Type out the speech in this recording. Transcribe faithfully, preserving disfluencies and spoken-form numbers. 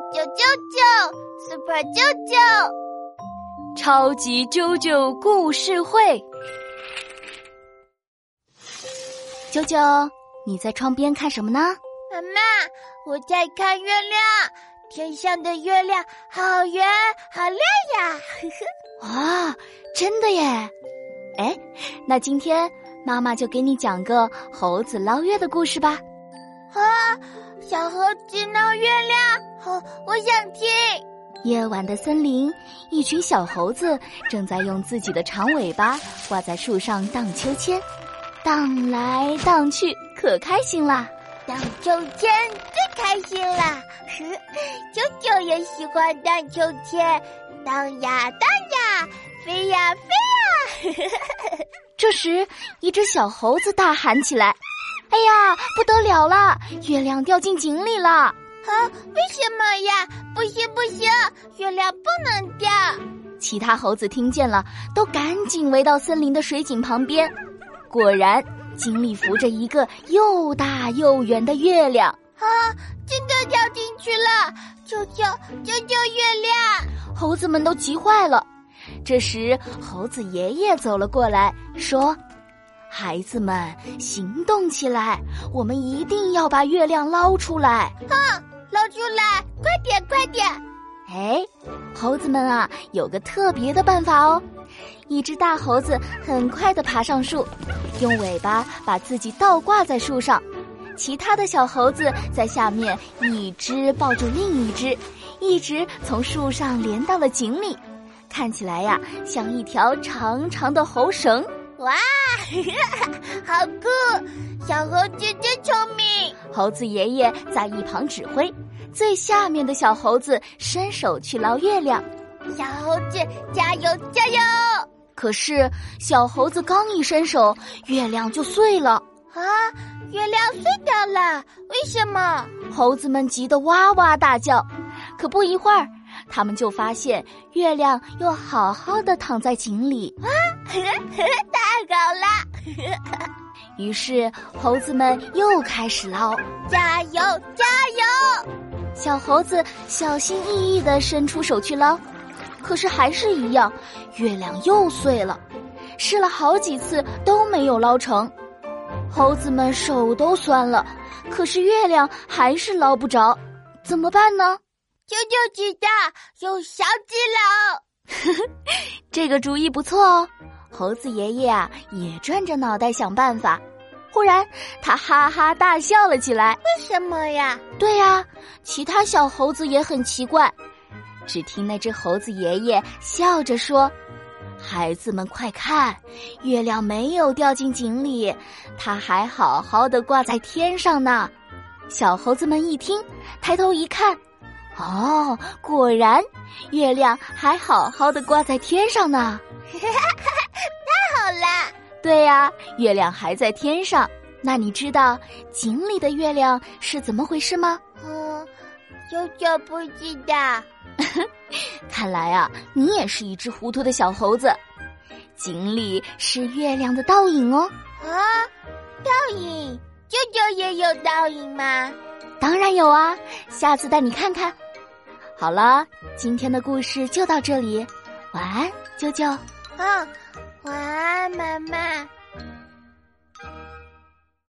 啾啾啾 ，Super 啾啾， 超级啾啾故事会。啾啾，你在窗边看什么呢？ 妈妈，我在看月亮，天上的月亮好圆好亮呀！ 哇，真的耶！哎，那今天妈妈就给你讲个猴子捞月的故事吧。 啊，小猴子捞月亮，好，我想听。 夜晚的森林，一群小猴子正在用自己的长尾巴挂在树上荡秋千，荡来荡去，可开心啦！ 荡秋千最开心啦！啾啾也喜欢荡秋千，荡呀荡呀，飞呀飞呀！ 这时，一只小猴子大喊起来：“哎呀，不得了了！月亮掉进井里了！” 啊，为什么呀？不行不行，月亮不能掉！ 其他猴子听见了，都赶紧围到森林的水井旁边。果然，井里浮着一个又大又圆的月亮。 啊，真的掉进去了！求求救救月亮！ 猴子们都急坏了。这时，猴子爷爷走了过来，说：“孩子们，行动起来！我们一定要把月亮捞出来！” 啊，捞出来！快点，快点！ 哎，猴子们啊，有个特别的办法哦。一只大猴子很快地爬上树，用尾巴把自己倒挂在树上，其他的小猴子在下面一只抱住另一只，一直从树上连到了井里。看起来呀，像一条长长的猴绳。 哇，好酷！小猴子真聪明。 猴子爷爷在一旁指挥，最下面的小猴子伸手去捞月亮。 小猴子加油加油！ 可是小猴子刚一伸手，月亮就碎了。 啊，月亮碎掉了！为什么？ 猴子们急得哇哇大叫。可不一会儿，他们就发现月亮又好好的躺在井里。 啊，太好了！ 于是猴子们又开始捞。 加油加油！ 小猴子小心翼翼地伸出手去捞，可是还是一样，月亮又碎了。试了好几次都没有捞成，猴子们手都酸了，可是月亮还是捞不着，怎么办呢？ 啾啾知道，用勺子捞。 这个主意不错哦。猴子爷爷啊，也转着脑袋想办法。忽然，他哈哈大笑了起来。 为什么呀？ 对呀，其他小猴子也很奇怪。只听那只猴子爷爷笑着说：“孩子们快看，月亮没有掉进井里，它还好好的挂在天上呢。”小猴子们一听，抬头一看，哦，果然，月亮还好好的挂在天上呢。 太好了！ 对呀，月亮还在天上。那你知道井里的月亮是怎么回事吗？ 嗯，啾啾不知道。 看来啊，你也是一只糊涂的小猴子。井里是月亮的倒影哦。 啊，倒影？啾啾也有倒影吗？ 当然有啊，下次带你看看。好了，今天的故事就到这里，晚安，啾啾。 嗯，晚安，妈妈。